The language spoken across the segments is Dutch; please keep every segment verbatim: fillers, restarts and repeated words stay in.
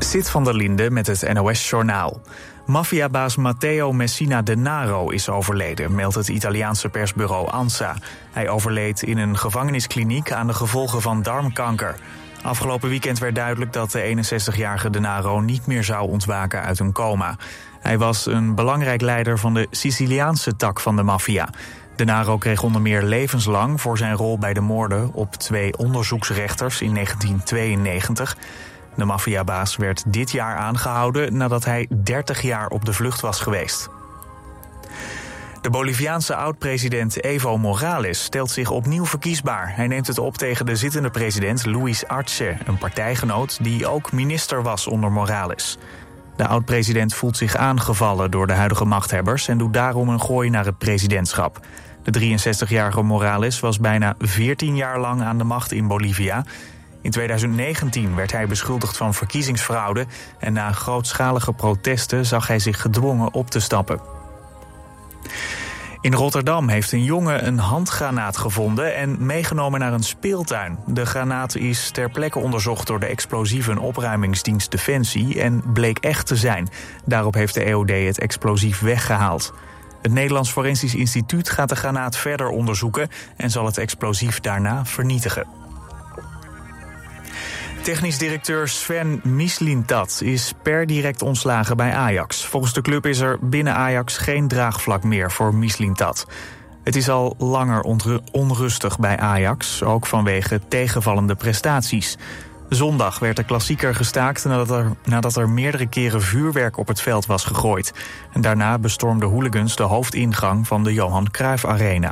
Sid van der Linde met het N O S-journaal. Maffiabaas Matteo Messina Denaro is overleden, meldt het Italiaanse persbureau ANSA. Hij overleed in een gevangeniskliniek aan de gevolgen van darmkanker. Afgelopen weekend werd duidelijk dat de eenenzestigjarige Denaro niet meer zou ontwaken uit een coma. Hij was een belangrijk leider van de Siciliaanse tak van de maffia. Denaro kreeg onder meer levenslang voor zijn rol bij de moorden op twee onderzoeksrechters in negentien tweeënnegentig. De maffiabaas werd dit jaar aangehouden nadat hij dertig jaar op de vlucht was geweest. De Boliviaanse oud-president Evo Morales stelt zich opnieuw verkiesbaar. Hij neemt het op tegen de zittende president Luis Arce, een partijgenoot die ook minister was onder Morales. De oud-president voelt zich aangevallen door de huidige machthebbers en doet daarom een gooi naar het presidentschap. De drieënzestigjarige Morales was bijna veertien jaar lang aan de macht in Bolivia. In tweeduizend negentien werd hij beschuldigd van verkiezingsfraude en na grootschalige protesten zag hij zich gedwongen op te stappen. In Rotterdam heeft een jongen een handgranaat gevonden en meegenomen naar een speeltuin. De granaat is ter plekke onderzocht door de explosieve en opruimingsdienst Defensie en bleek echt te zijn. Daarop heeft de E O D het explosief weggehaald. Het Nederlands Forensisch Instituut gaat de granaat verder onderzoeken en zal het explosief daarna vernietigen. Technisch directeur Sven Mislintat is per direct ontslagen bij Ajax. Volgens de club is er binnen Ajax geen draagvlak meer voor Mislintat. Het is al langer onrustig bij Ajax, ook vanwege tegenvallende prestaties. Zondag werd de klassieker gestaakt nadat er, nadat er meerdere keren vuurwerk op het veld was gegooid. En daarna bestormden hooligans de hoofdingang van de Johan Cruijff Arena.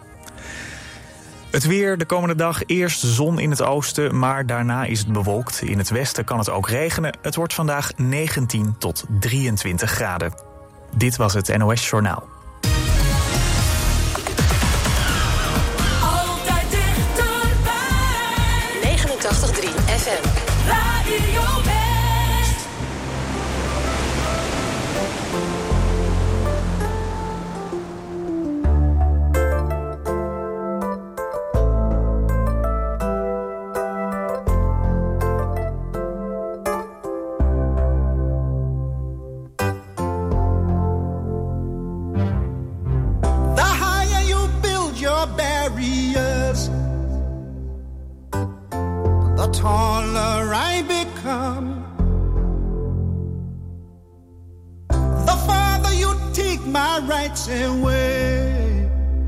Het weer de komende dag, eerst zon in het oosten, maar daarna is het bewolkt. In het westen kan het ook regenen. Het wordt vandaag negentien tot drieëntwintig graden. Dit was het N O S-journaal. Altijd dichterbij. negenentachtig komma drie F M. Radio West. Taller I become, the farther you take my rights away,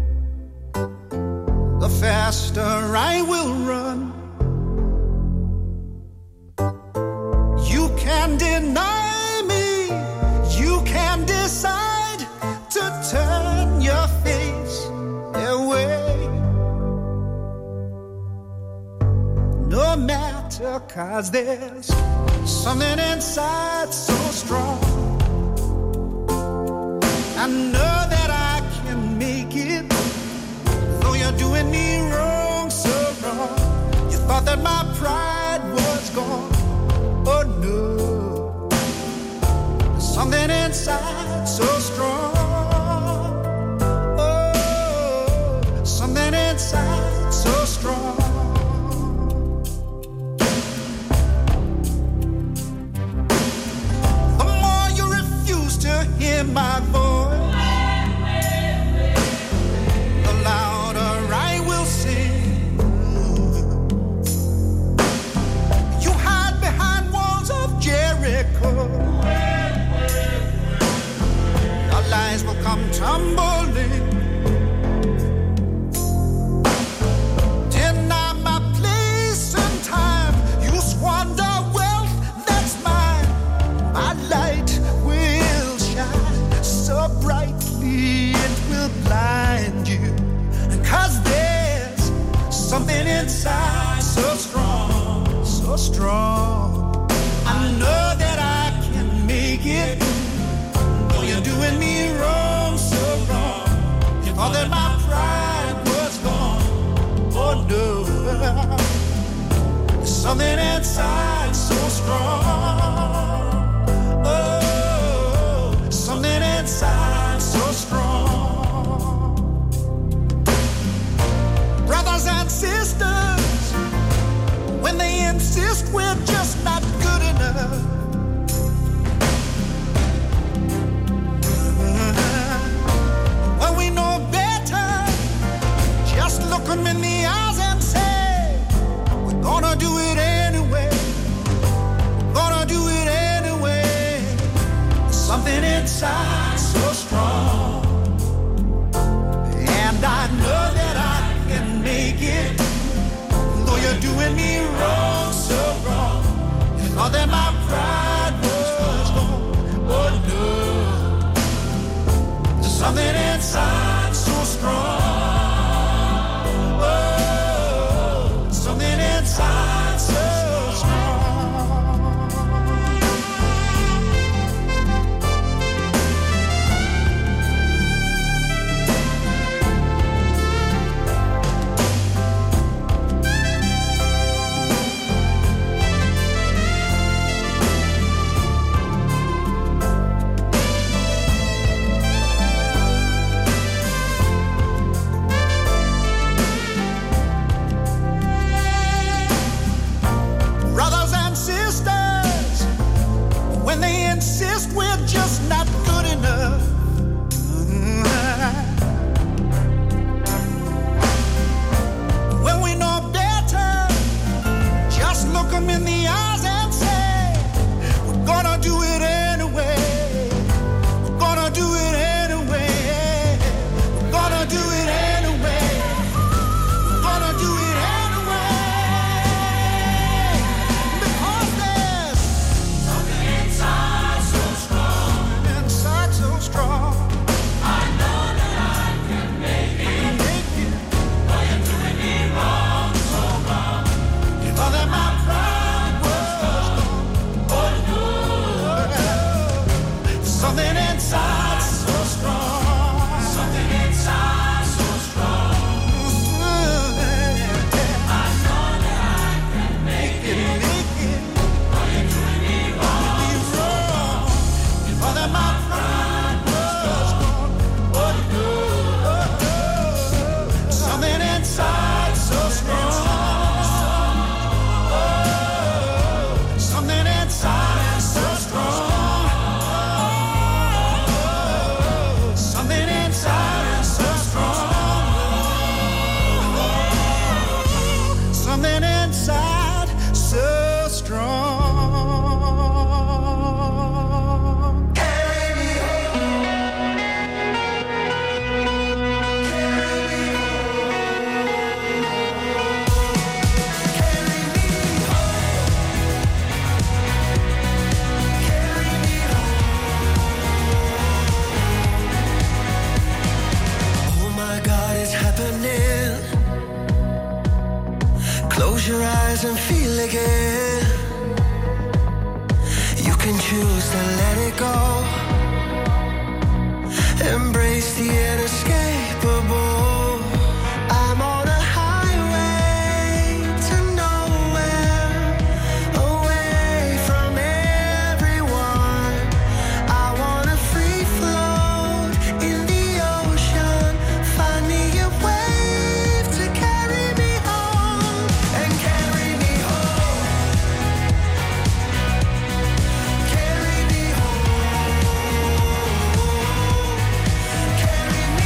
the faster I will run. You can deny me, you can decide to turn your face away. No matter, 'cause there's something inside so strong. I know that I can make it, though you're doing me wrong, so wrong. You thought that my pride was gone. Oh no, there's something inside so strong. Oh, something inside so strong. Hear my voice, the louder I will sing. You hide behind walls of Jericho, your lies will come tumbling. Deny my place and time, you squander wealth that's mine. My light so brightly it will blind you, 'cause there's something inside so strong, so strong. I know that I can make it, though you're doing me wrong, so wrong. You thought that my pride was gone. Oh no, there's something inside so strong. Oh, something inside so strong. Brothers and sisters, when they insist we're just not good enough, inside so strong. And I know that I can make it, though you're doing me wrong, so wrong. You thought that my pride was gone. Oh no, there's something inside so strong. Oh, something inside so strong. Insist we're just not good enough. When we know better, just look them in the eyes and say, we're gonna do it anyway. We're gonna do it anyway. We're gonna do it anyway. We're gonna do it anyway. Because there's something inside so strong. I know that I can make it. Make it. But you're doing me wrong, so wrong. You thought that my pride was gone. Oh no, something inside so strong. Something inside so strong. I know that I can make it. Make it. But you're doing me wrong, so wrong. You thought that my inside so strong. Oh, something inside so strong. Oh, something inside so strong. Something inside so strong. Close your eyes and feel again. You can choose to let it go. Embrace the inescapable. I'm on a highway to nowhere, away from everyone. I wanna free float in the ocean. Find me a wave to carry me home and carry me home. Carry me home. Carry me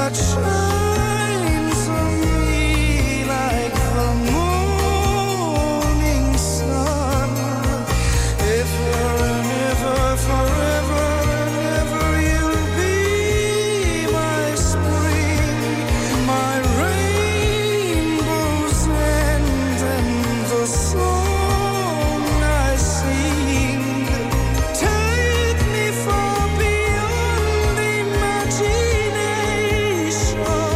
that shines on me like the morning sun. If and ever, forever and ever, you'll be my spring, my rainbow's end, and the song I sing. Take me far beyond imagination.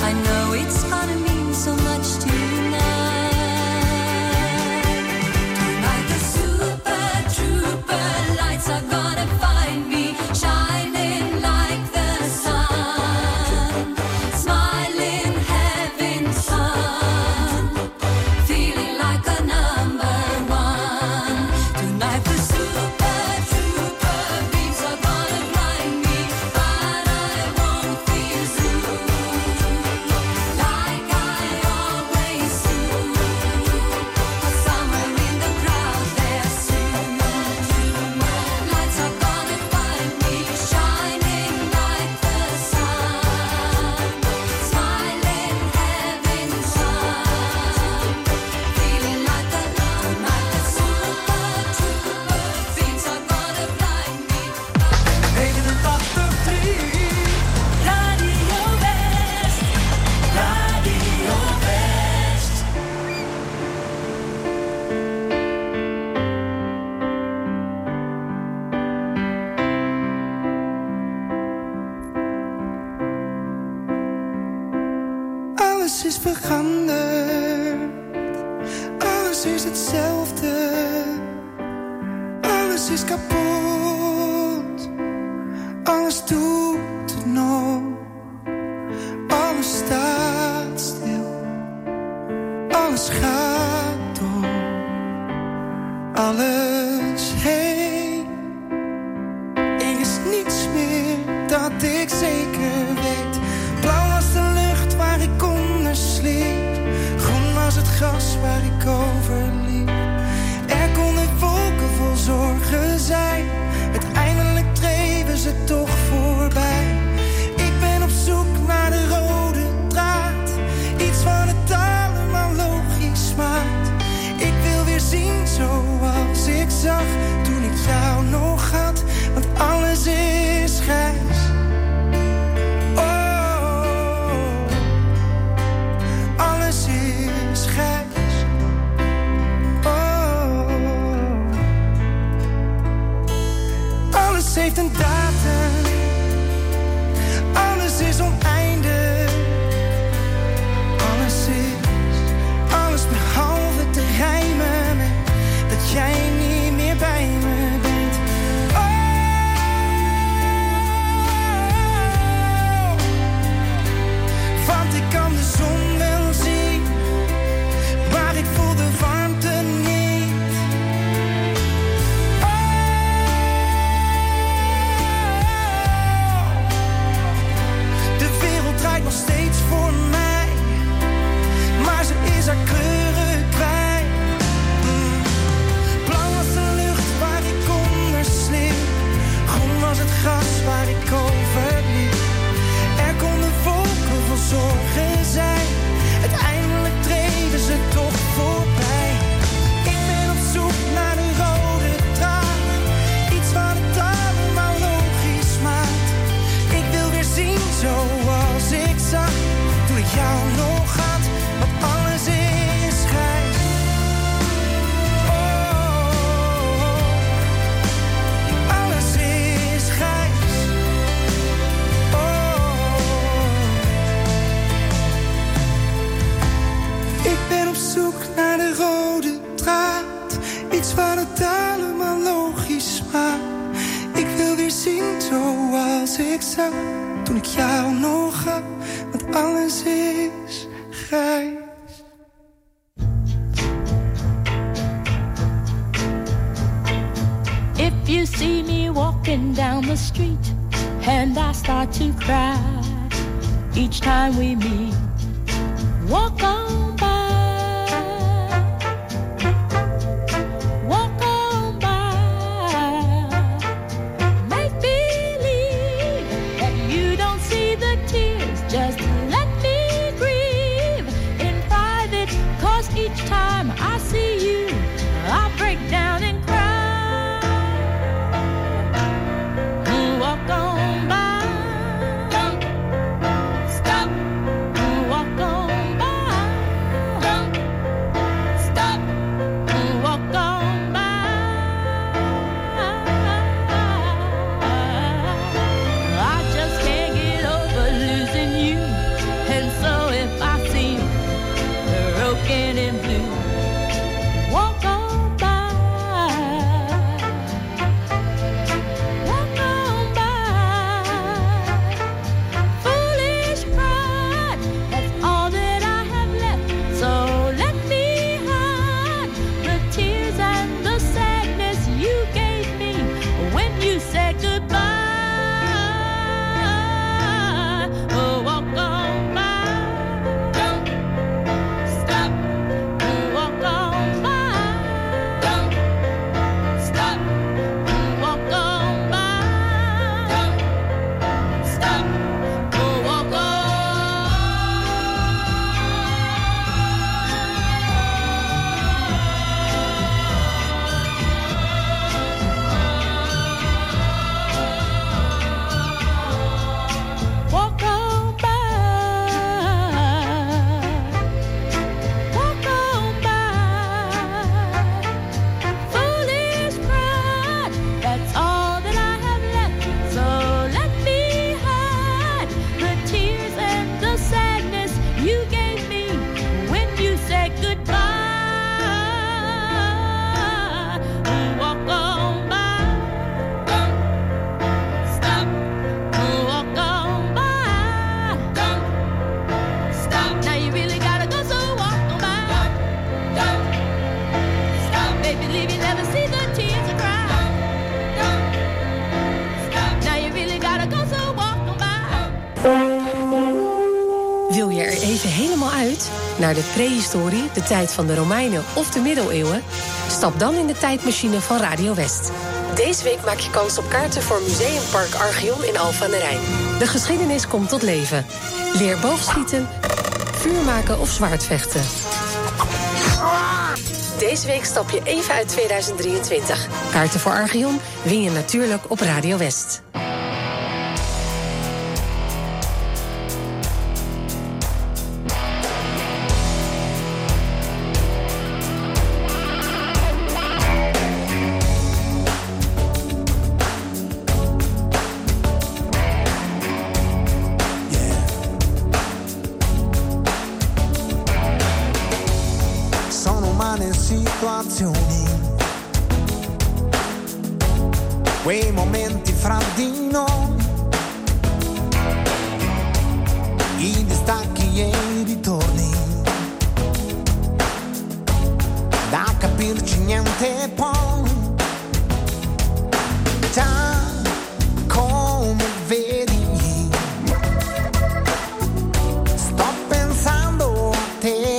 I know it's gonna mean so much tonight. Tonight the super trooper lights are gonna find me shining like the sun, smiling heaven's sun, feeling like a number one. Tonight the super trooper beams are gonna blind me, but I won't feel blue like I always do. Somewhere in the crowd there soon, lights are gonna find me shining like the sun, smiling heaven's sun, feeling like a tonight the super trooper beams are gonna blind me. negenentachtig komma drie Radio West, Radio West. Alles is veranderd, alles is hetzelfde, alles is kapot, alles doet het nog, alles staat stil, alles gaat door, alles heen. Er is niets meer dat ik zeker weet. Blauw was de lucht waar ik onder sliep, groen was het gras waar ik over liep. Er konden wolken vol zorgen zijn, uiteindelijk dreven ze toch voorbij. Ik ben op zoek naar de rode draad, iets wat het allemaal logisch maakt. Ik wil weer zien zoals ik zag toen ik jou nog had, want alles is grijs. Oh, alles is grijs. Oh, alles heeft een datum, alles is oneindig. Alles is, alles behalve te rijmen met dat jij niet meer bij me bent. Oh, want ik kan de zon wel zien, maar ik voel de warmte niet. Oh, de wereld draait nog steeds voor mij, maar ze is haar kleuren kwijt. Mm. Blauw was de lucht waar ik onder sliep, groen was het gras waar ik over liep. Er konden wolken vol zorgen zijn, uiteindelijk dreven ze toch voorbij. Ik ben op zoek naar de rode draad, iets wat het allemaal logisch maakt. Ik wil weer zien zoals ik zag toen ik jou nog had, want alles is grijs. Oh, alles is grijs. Oh, ik ben op zoek naar de rode draad, iets wat het allemaal logisch maakt. Ik wil weer zien zoals ik zag toen ik jou nog had, want alles is grijs. If you see me walking down the street and I start to cry each time we meet, walk on by. Walk on by. Make believe that you don't see the tears. Just let me grieve in private, 'cause each time I see you, I break down and cry. Walk on by. Stop. Walk on by. you gave me when you said goodbye. Walk on by. Don't stop. Walk on by. Don't stop. Now you really gotta go, so walk on by. Don't, don't stop. Baby, leave you never see the tears I cry. Don't, don't stop. Now you really gotta go, so walk on by. Wil je er even helemaal uit? Naar de prehistorie, de tijd van de Romeinen of de middeleeuwen? Stap dan in de tijdmachine van Radio West. Deze week maak je kans op kaarten voor Museumpark Archeon in Alphen aan de Rijn. De geschiedenis komt tot leven. Leer boogschieten, vuur maken of zwaardvechten. Deze week stap je even uit tweeduizend drieëntwintig. Kaarten voor Archeon win je natuurlijk op Radio West. Sono umane situazioni, quei momenti fra di noi, i distacchi e i ritorni, da capirci niente poi. Già come vedi, sto pensando a te.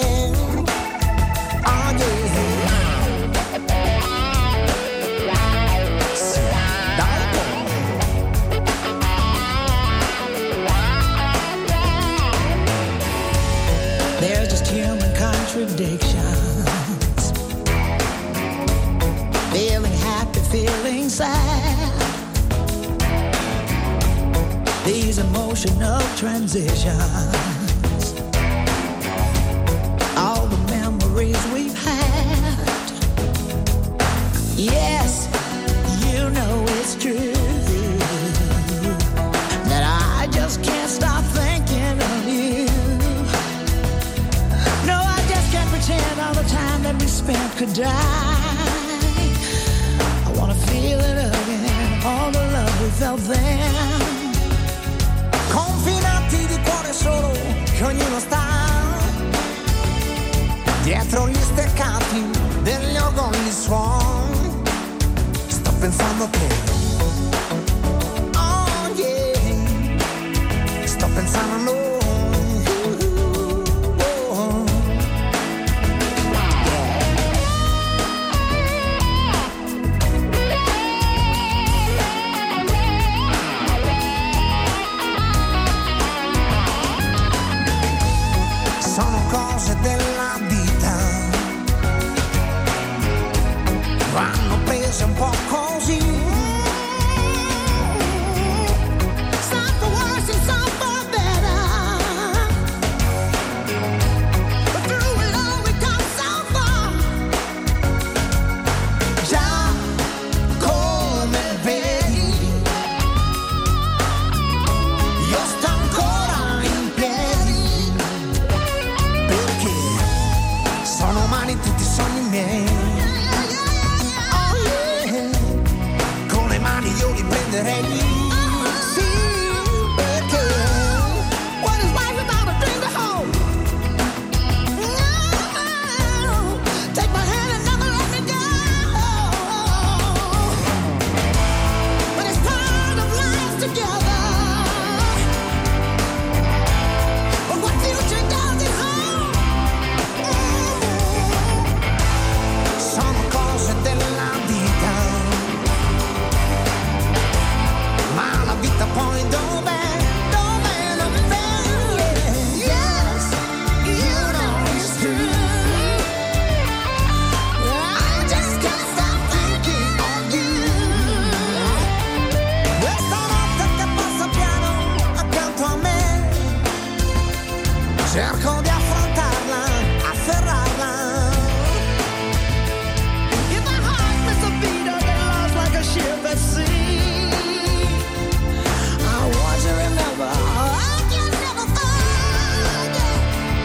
There's just human contradictions. Feeling happy, feeling sad. These emotional transitions. All the memories we've had. Yes, you know it's true that I just can't stop thinking of you. No, I just can't pretend all the time that we spent could die. I wanna feel it again, all the love we felt then. Confinati di cuore solo, che ognuno sta dietro gli steccati degli orgogli suoni. Sto pensando a te. Oh yeah, sto pensando a noi. Sono cose della vita, vanno prese un po' così. Some for worse and some for better. But through it all we come so far. Già come vedi, io sto ancora in piedi, perché sono umani tutti i sogni miei. Oh yeah, con le mani io li prenderei. Sì, perché What is life without a thing to hold? No, take my hand and never let me go. But it's part of life together. But what future does it hold? sono cose della vita. Ma la vita poi dov'è? Dov'è? Dov'è? Yes, you know it's true. I just can't stop thinking of you. Questa notte che passa piano accanto a me, cerco di affrontarla, afferrarla. If my heart missed a beat, I get lost like a ship at sea. I want you to remember, I can never forget.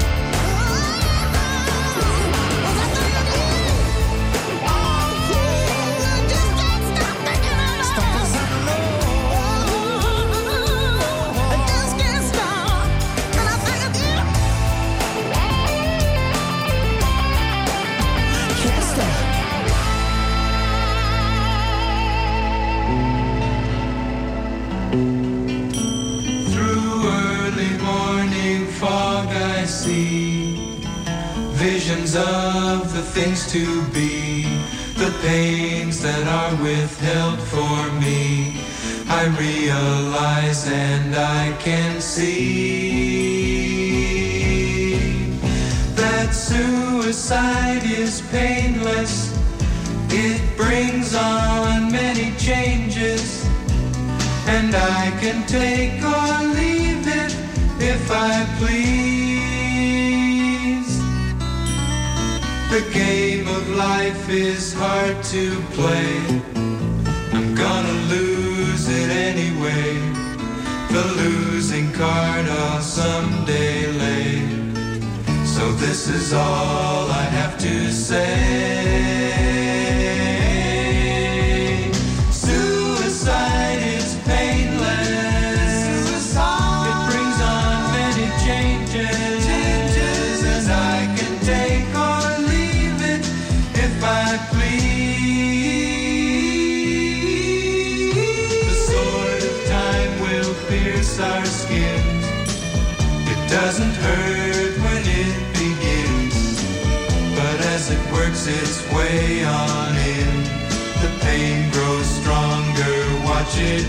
see visions of the things to be, the pains that are withheld for me. I realize and I can see that suicide is painless. It brings on many changes, and I can take or leave it if I please. The game of life is hard to play. I'm gonna lose it anyway. The losing card I'll someday lay. So this is all I have to say. Suicide is painless. Suicide. It brings on many changes. Changes. And I can take or leave it if I please. The sword of time will pierce our skin. It doesn't hurt when it begins, but as it works its way on in, the pain grows stronger, watch it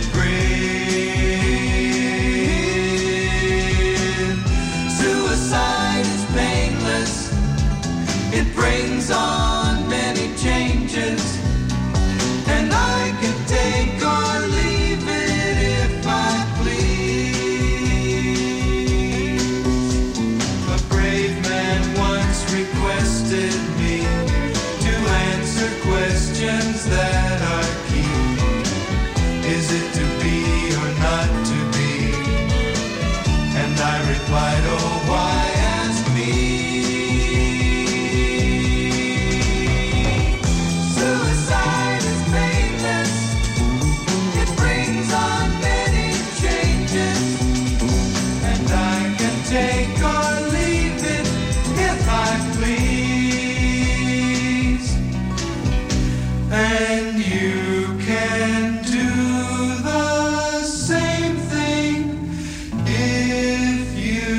grin. Suicide is painless. It brings on many changes, and I can take or leave it if I please. A brave man once requested me to answer questions that are key. Is it to be or not to be? And I replied, oh, why ask me? Suicide is painless. It brings on many changes, and I can take or leave it if I please. And you can do the same thing if you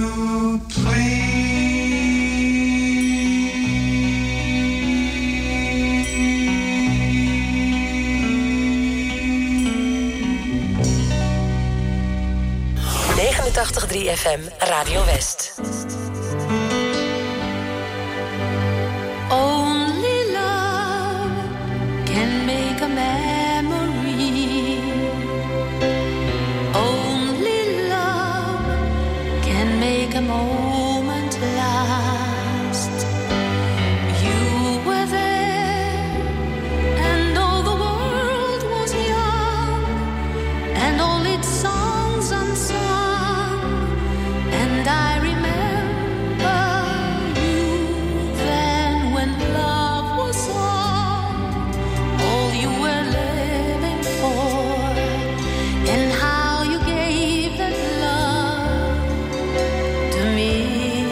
negenentachtig komma drie F M Radio West. Only love can make a memory. Only love can make a moment last. You were there, and all the world was young, and all its songs unsung. And I remember you then when love was all, all you were living for, and how you gave that love to me.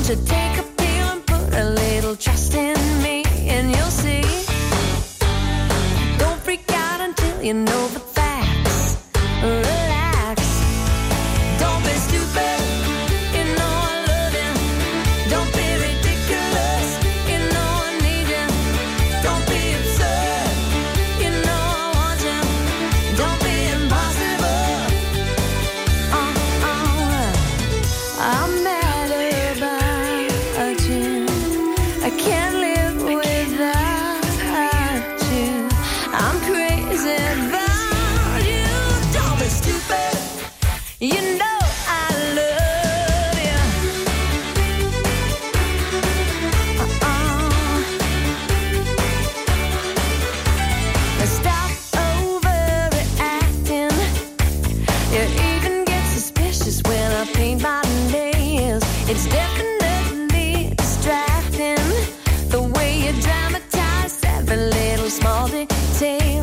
should take a pill and put a little trust in me, and you'll see. Don't freak out until you know the facts. Relax. Don't be stupid. You know I love you. Don't be ridiculous. You know I need you. Don't be absurd. You know I want you. Don't be impossible. Uh, uh, I'm mad about you. I can't live without you. I'm crazy about you. Don't be stupid. You know I love you. Uh-uh. Stop overreacting. You even get suspicious when I paint my nails. It's definitely distracting the way you dramatize every little small detail.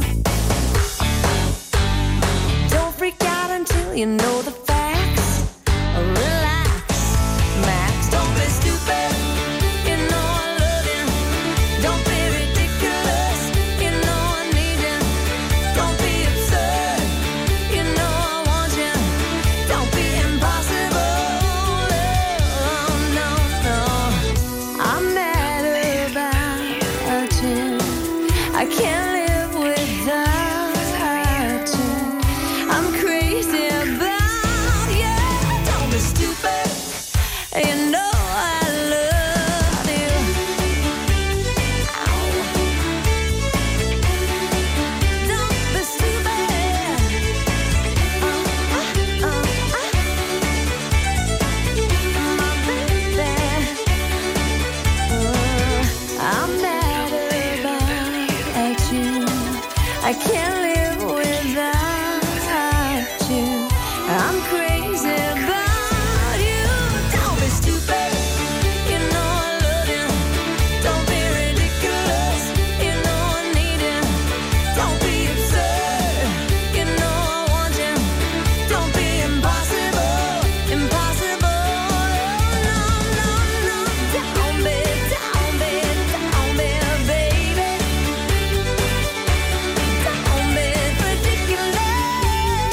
Don't freak out until you know the facts. Relax, Max. Don't be stupid. You know I love you. Don't be ridiculous. You know I need you. Don't be absurd. You know I want you. Don't be impossible. Oh, no, no. I'm mad about you. I can't live without you. I'm crazy about you. Don't be stupid. You know I love you. Ow. Don't be stupid. Uh, uh, uh, uh. My baby. Uh, I'm mad about you. I can't live without you. I'm crazy about you. Don't be stupid. You know I love you. Don't be ridiculous. You know I need you. Don't be absurd. You know I want you. Don't be impossible. Impossible. No, no, no. Don't be, don't be, don't be, baby. Don't be ridiculous.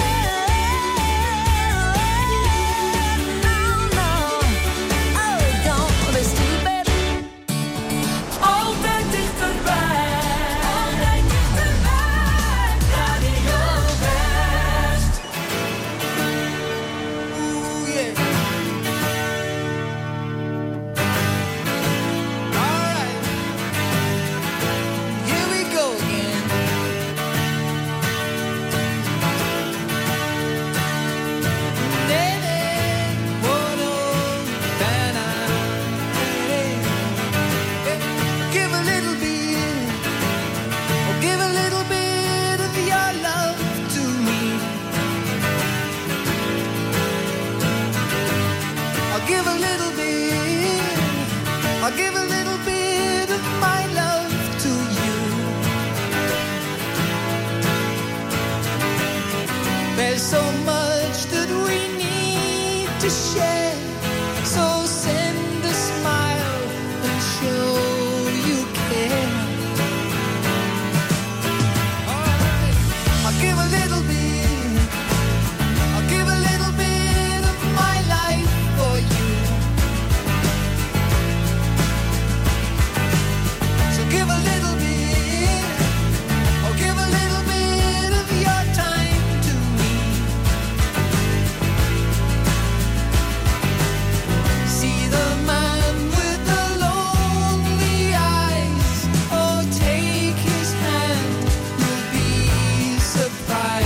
No, no. Oh, don't be stupid. Altijd dichterbij. Altijd dichterbij. Radio West. Ooh, yeah. All right. Here we go again. Give a little bit, oh, give a little bit of your love to me. I'll give a little bit, I'll give a little bit of my love to you. There's so much that we need to share, so send a smile and show you care. Alright, I'll give a little bit, I'll give a little bit of my life for you. So give a little bit, oh, give a little bit of your time to me. See the man with the lonely eyes, oh, take his hand, you'll be surprised.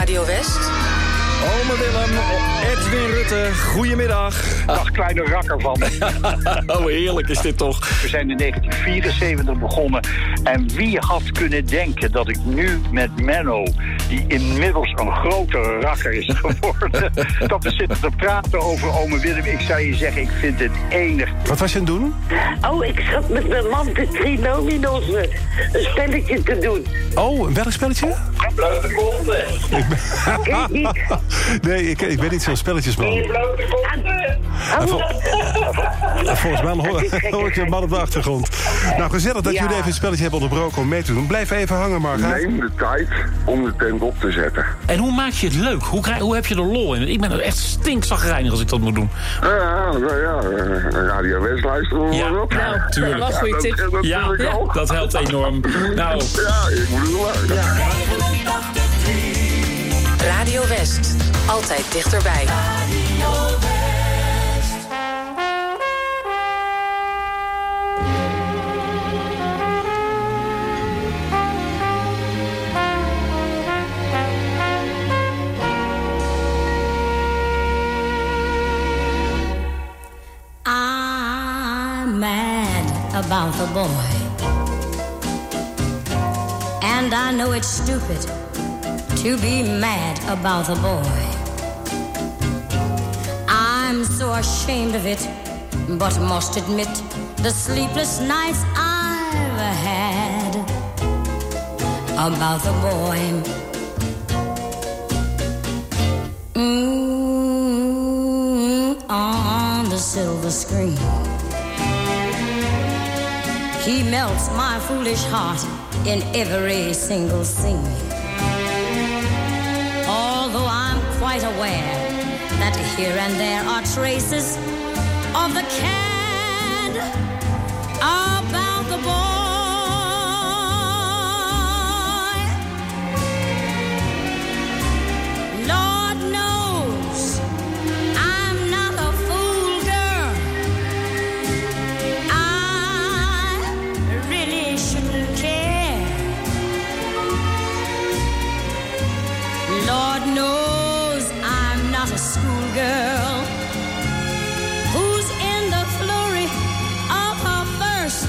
Radio West. Ome Willem, Edwin Rutte, goedemiddag. Dag, kleine rakker van me. Oh, heerlijk is dit toch. We zijn in negentien vierenzeventig begonnen. En wie had kunnen denken dat ik nu met Menno, die inmiddels een grotere rakker is geworden, dat we zitten te praten over ome Willem. Ik zou je zeggen, ik vind het enig. Wat was je aan het doen? Oh, ik zat met mijn man de trinominos een spelletje te doen. Oh, welk spelletje? Blote konden. Ik ben... Nee, ik, ik ben niet zo'n spelletjesman. En vol... Volgens mij hoor, hoor ik je man op de achtergrond. Nou, gezellig dat Ja. jullie even het spelletje hebben onderbroken om mee te doen. Blijf even hangen, Mark. Neem de tijd om de tent op te zetten. En hoe maak je het leuk? Hoe, krijg, hoe heb je er lol in? Ik ben er echt stinkzagrijnig als ik dat moet doen. Ja, ja, ja. Radio West luisteren we Ja, maar op. nou, tuurlijk. Wat een goede tip. Dat, dat Ja, vind ik ook. dat helpt enorm. Nou, Ja, ik moet het wel luisteren. Radio West. Altijd dichterbij. I'm mad about the boy, and I know it's stupid to be mad about the boy. I'm so ashamed of it, but must admit the sleepless nights I've had about the boy. Mm, on the silver screen, he melts my foolish heart in every single scene. Although I'm quite aware that here and there are traces of the cad about the boy. Lord knows I'm not a fool girl. I really shouldn't care. Lord knows I'm not a schoolgirl who's in the flurry of her first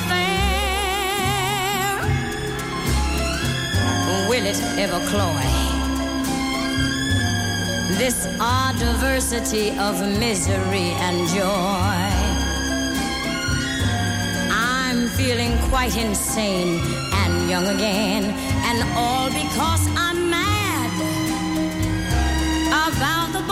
affair. Will it ever cloy? This odd diversity of misery and joy. I'm feeling quite insane and young again, and all because I'm mad about the boy.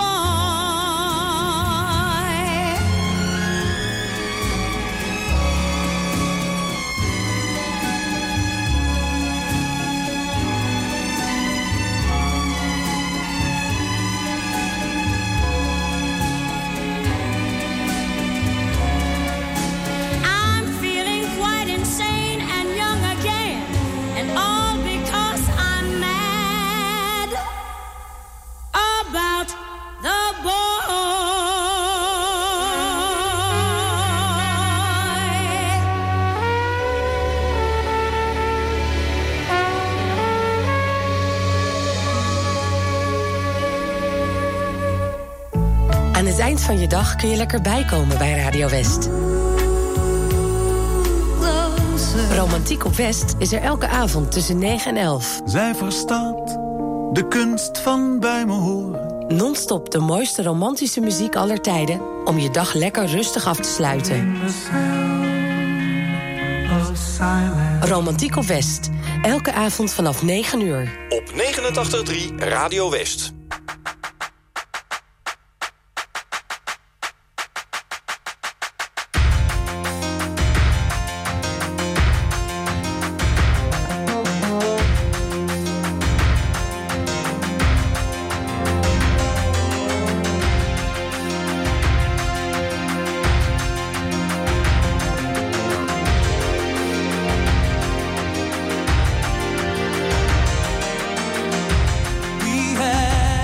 I'm feeling quite insane and young again, and all because I'm mad about the boy. Aan het eind van je dag kun je lekker bijkomen bij Radio West. Romantiek op West is er elke avond tussen negen en elf. Zij verstaat de kunst van bij me horen. Non-stop de mooiste romantische muziek aller tijden om je dag lekker rustig af te sluiten. Romantiek op West. Elke avond vanaf negen uur. Op negenentachtig komma drie Radio West. We had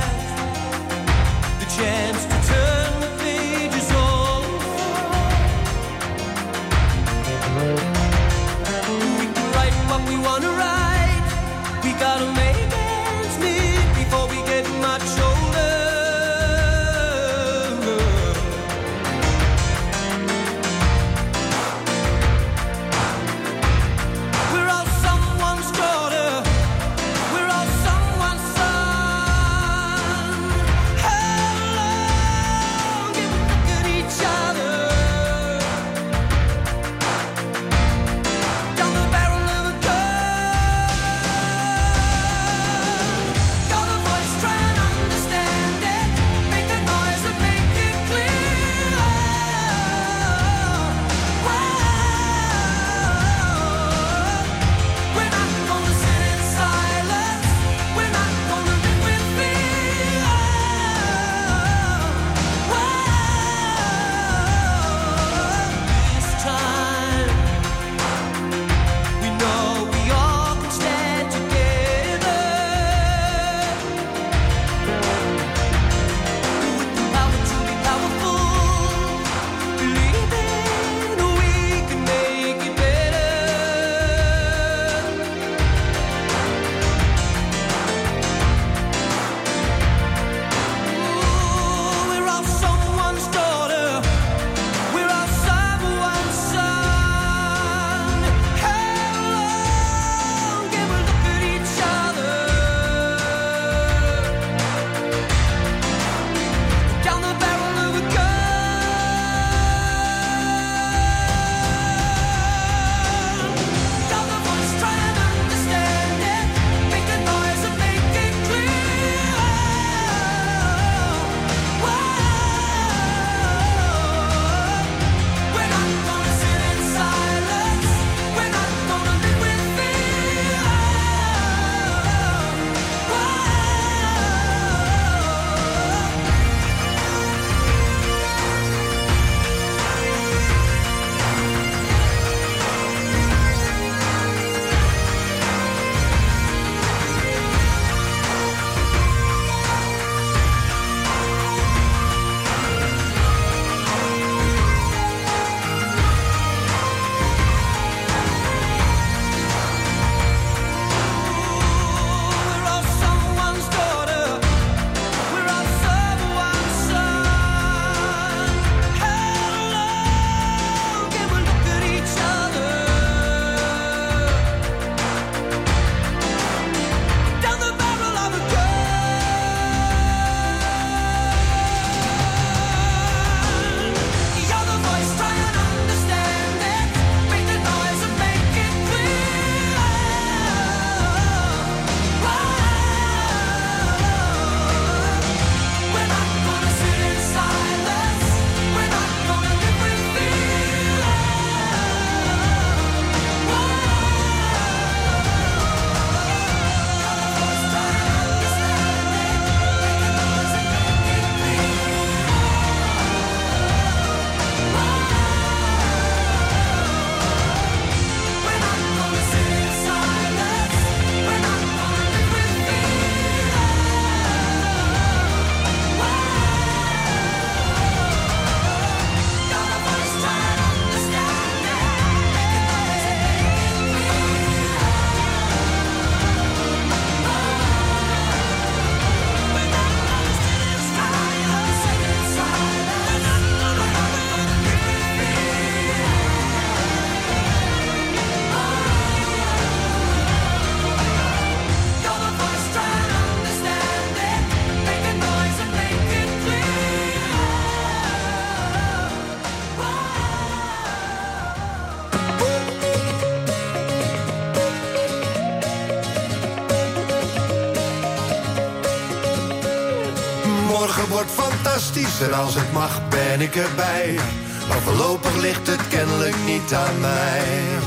morgen wordt fantastisch en als het mag ben ik erbij. Maar voorlopig ligt het kennelijk niet aan mij.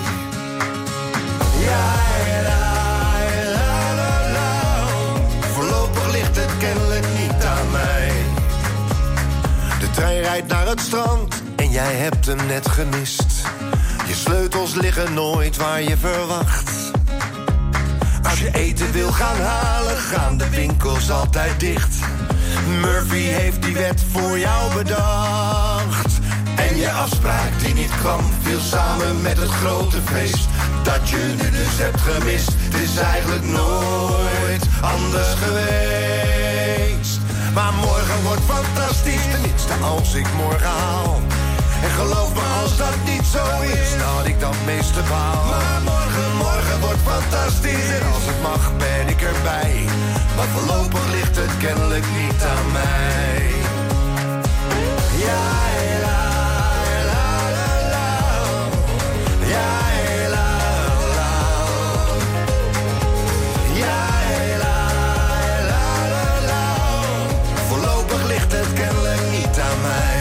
Ja, la, la, la, la. Voorlopig ligt het kennelijk niet aan mij. De trein rijdt naar het strand en jij hebt hem net gemist. Je sleutels liggen nooit waar je verwacht. Als je eten wil gaan halen, gaan de winkels altijd dicht. Murphy heeft die wet voor jou bedacht. En je afspraak die niet kwam, viel samen met het grote feest. Dat je nu dus hebt gemist, het is eigenlijk nooit anders geweest. Maar morgen wordt fantastisch, tenminste als ik morgen haal. En geloof me, als dat niet zo is, dan had ik dat meeste baal. Maar morgen, morgen wordt fantastisch en als het mag ben ik erbij. Maar voorlopig ligt het kennelijk niet aan mij. Ja, la, la, la, la. Ja, la, la. Ja, la, la, la, la. Voorlopig ligt het kennelijk niet aan mij.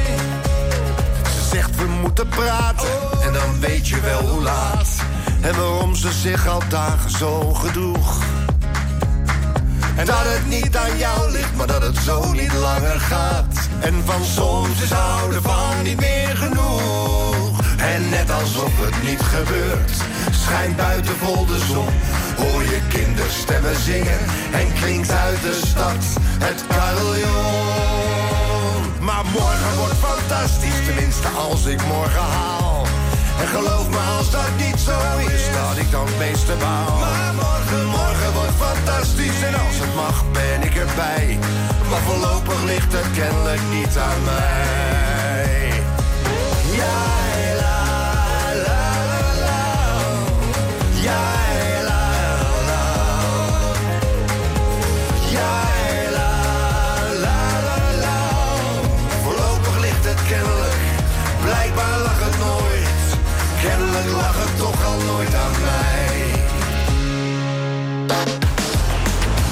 Zegt we moeten praten en dan weet je wel hoe laat. En waarom ze zich al dagen zo gedroeg. En dat het niet aan jou ligt, maar dat het zo niet langer gaat. En van soms is houden van niet meer genoeg. En net alsof het niet gebeurt, schijnt buiten vol de zon. Hoor je kinderstemmen zingen en klinkt uit de stad het carillon. Maar morgen wordt fantastisch, tenminste als ik morgen haal. En geloof me, als dat niet zo is, dat ik dan het meeste baal. Maar morgen, morgen wordt fantastisch en als het mag ben ik erbij. Maar voorlopig ligt het kennelijk niet aan mij. Ja, la, la, la, la. Ja, la, la. Ja, la, la, la, la. Voorlopig ligt het kennelijk, blijkbaar lag het nooit. Kennelijk lag het toch al nooit aan mij.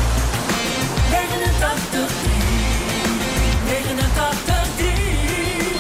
negenentachtig drie, negenentachtig drie.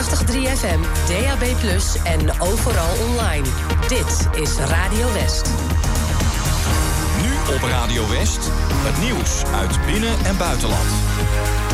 tachtig komma drie F M, D A B plus, en overal online. Dit is Radio West. Nu op Radio West, het nieuws uit binnen- en buitenland.